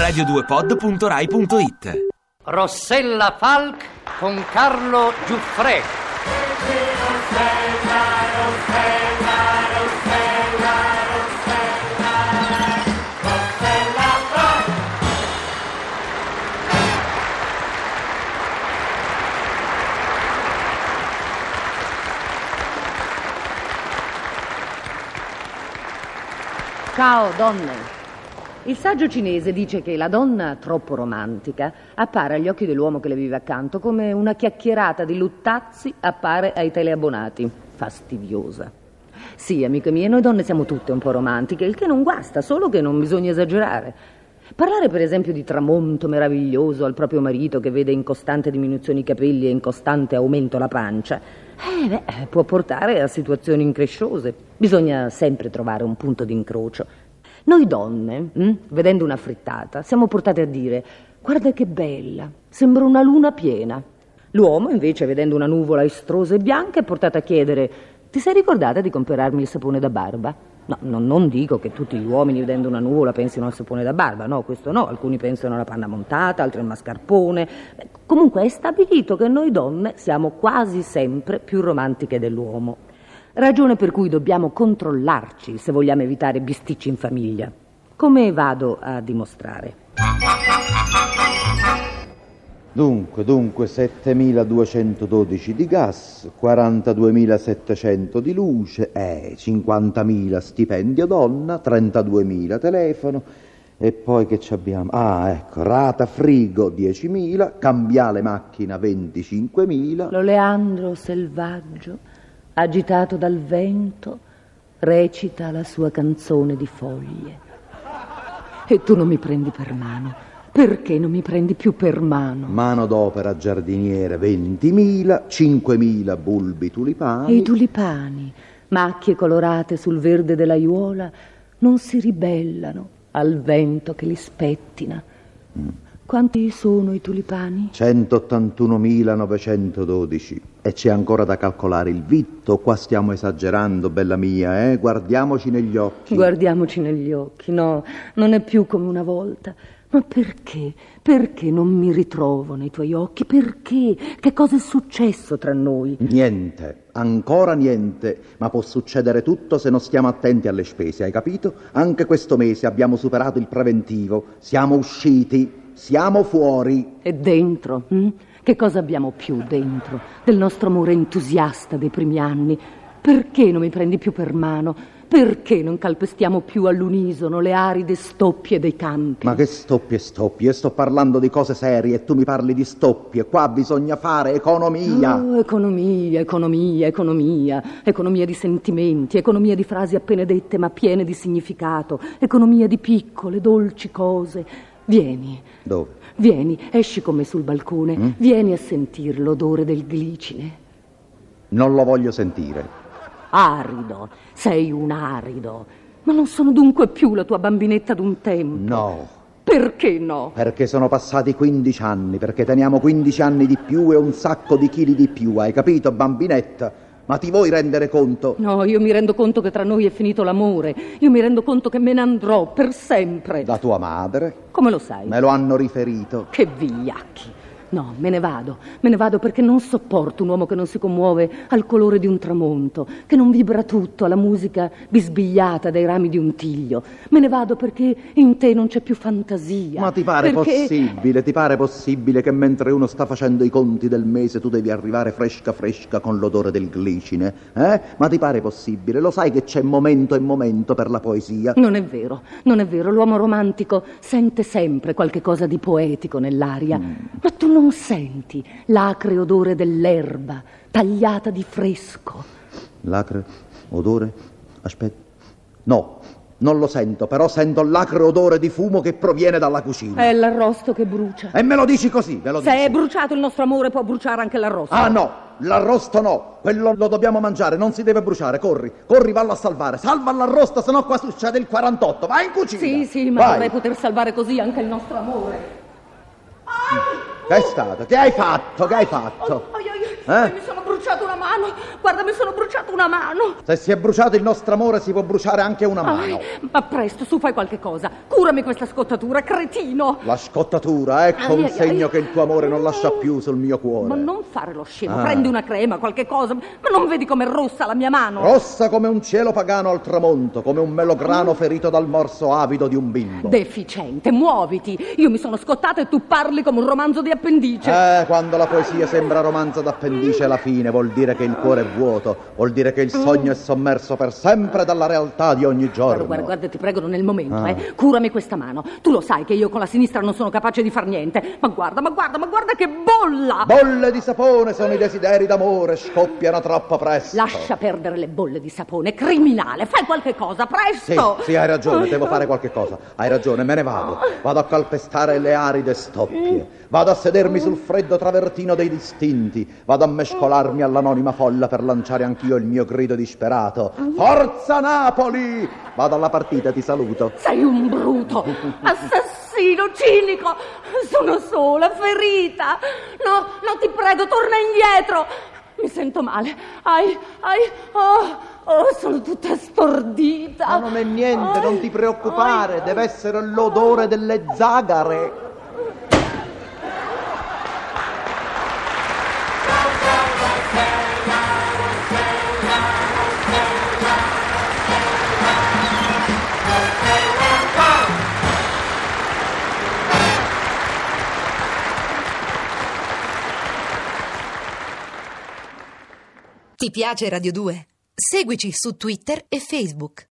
radio2pod.rai.it. Rossella Falk con Carlo Giuffre. Ciao, donne. Il saggio cinese dice che la donna troppo romantica appare agli occhi dell'uomo che le vive accanto come una chiacchierata di luttazzi appare ai teleabbonati. Fastidiosa. Sì, amiche mie, noi donne siamo tutte un po' romantiche, il che non guasta, solo che non bisogna esagerare. Parlare per esempio di tramonto meraviglioso al proprio marito che vede in costante diminuzione i capelli e in costante aumento la pancia, può portare a situazioni incresciose. Bisogna sempre trovare un punto di incrocio. Noi donne, vedendo una frittata, siamo portate a dire: guarda che bella, sembra una luna piena. L'uomo, invece, vedendo una nuvola estrosa e bianca, è portato a chiedere: ti sei ricordata di comprarmi il sapone da barba? No, non dico che tutti gli uomini, vedendo una nuvola, pensino al sapone da barba. No, questo no. Alcuni pensano alla panna montata, altri al mascarpone. Comunque è stabilito che noi donne siamo quasi sempre più romantiche dell'uomo. Ragione per cui dobbiamo controllarci se vogliamo evitare bisticci in famiglia. Come vado a dimostrare? Dunque, 7.212 di gas, 42.700 di luce, 50.000 stipendio donna, 32.000 telefono, e poi che ci abbiamo? Ecco, rata frigo 10.000, cambiale macchina 25.000. L'oleandro selvaggio, agitato dal vento, recita la sua canzone di foglie. E tu non mi prendi per mano. Perché non mi prendi più per mano? Mano d'opera giardiniere 20.000, 5.000 bulbi tulipani. E i tulipani, macchie colorate sul verde dell'aiuola, non si ribellano al vento che li spettina. Quanti sono i tulipani? 181.912. E c'è ancora da calcolare il vitto. Qua stiamo esagerando, bella mia, Guardiamoci negli occhi. Guardiamoci negli occhi, no, non è più come una volta. Ma perché? Perché non mi ritrovo nei tuoi occhi? Perché? Che cosa è successo tra noi? Niente, ancora niente, ma può succedere tutto se non stiamo attenti alle spese, hai capito? Anche questo mese abbiamo superato il preventivo, siamo usciti, siamo fuori. E dentro? Che cosa abbiamo più dentro del nostro amore entusiasta dei primi anni? Perché non mi prendi più per mano? Perché non calpestiamo più all'unisono le aride stoppie dei campi? Ma che stoppie? Io sto parlando di cose serie e tu mi parli di stoppie. Qua bisogna fare economia. Oh, economia di sentimenti, economia di frasi appena dette ma piene di significato, economia di piccole, dolci cose. Vieni. Dove? Vieni, esci con me sul balcone, vieni a sentire l'odore del glicine. Non lo voglio sentire. Arido, sei un arido. Ma non sono dunque più la tua bambinetta d'un tempo? No. Perché no? Perché sono passati 15 anni, perché teniamo 15 anni di più e un sacco di chili di più, hai capito, bambinetta? Ma ti vuoi rendere conto? No, io mi rendo conto che tra noi è finito l'amore. Io mi rendo conto che me ne andrò per sempre. Da tua madre? Come lo sai? Me lo hanno riferito. Che vigliacchi. No, me ne vado perché non sopporto un uomo che non si commuove al colore di un tramonto, che non vibra tutto alla musica bisbigliata dai rami di un tiglio. Me ne vado perché in te non c'è più fantasia. Ma ti pare possibile che mentre uno sta facendo i conti del mese tu devi arrivare fresca con l'odore del glicine? Ma ti pare possibile? Lo sai che c'è momento e momento per la poesia? Non è vero, l'uomo romantico sente sempre qualche cosa di poetico nell'aria. Ma tu non senti l'acre odore dell'erba tagliata di fresco? L'acre odore? Aspetta. No, non lo sento, però sento l'acre odore di fumo che proviene dalla cucina. È l'arrosto che brucia. E me lo dici così, me lo dici. Se è bruciato il nostro amore può bruciare anche l'arrosto. Ah no, l'arrosto no, quello lo dobbiamo mangiare, non si deve bruciare. Corri, vallo a salvare. Salva l'arrosto, sennò qua succede il 48. Vai in cucina. Sì, ma vorrei poter salvare così anche il nostro amore. Che è stato? Che hai fatto? Oh, Mi sono bruciato una mano. Guarda, mi sono bruciato una mano. Se si è bruciato il nostro amore si può bruciare anche una mano. Ma presto, su, fai qualche cosa. Curami questa scottatura, cretino. La scottatura, ecco un segno che il tuo amore non lascia più sul mio cuore. Ma non fare lo scemo, prendi una crema, qualche cosa. Ma non vedi com'è rossa la mia mano? Rossa come un cielo pagano al tramonto, come un melograno ferito dal morso avido di un bimbo. Deficiente, muoviti. Io mi sono scottata e tu parli come un romanzo di appendice. Quando la poesia sembra romanzo d'appendice alla fine vuol dire che il cuore è vuoto, vuol dire che il sogno è sommerso per sempre dalla realtà di ogni giorno. Guarda, ti prego, non è il momento, Curami questa mano. Tu lo sai che io con la sinistra non sono capace di far niente. Ma guarda che bolla! Bolle di sapone sono i desideri d'amore, scoppiano troppo presto. Lascia perdere le bolle di sapone, criminale, fai qualche cosa, presto! Sì, hai ragione, devo fare qualche cosa. Hai ragione, me ne vado. Vado a calpestare le aride stoppie. Vado a sedermi sul freddo travertino dei distinti. Vado a mescolarmi all'anonima folla per lanciare anch'io il mio grido disperato. Forza Napoli! Vado alla partita, ti saluto. Sei un bruto, assassino, cinico. Sono sola, ferita. No, ti prego, torna indietro. Mi sento male. Sono tutta stordita. Ma non è niente, non ti preoccupare. Deve essere l'odore delle zagare. Ti piace Radio 2? Seguici su Twitter e Facebook.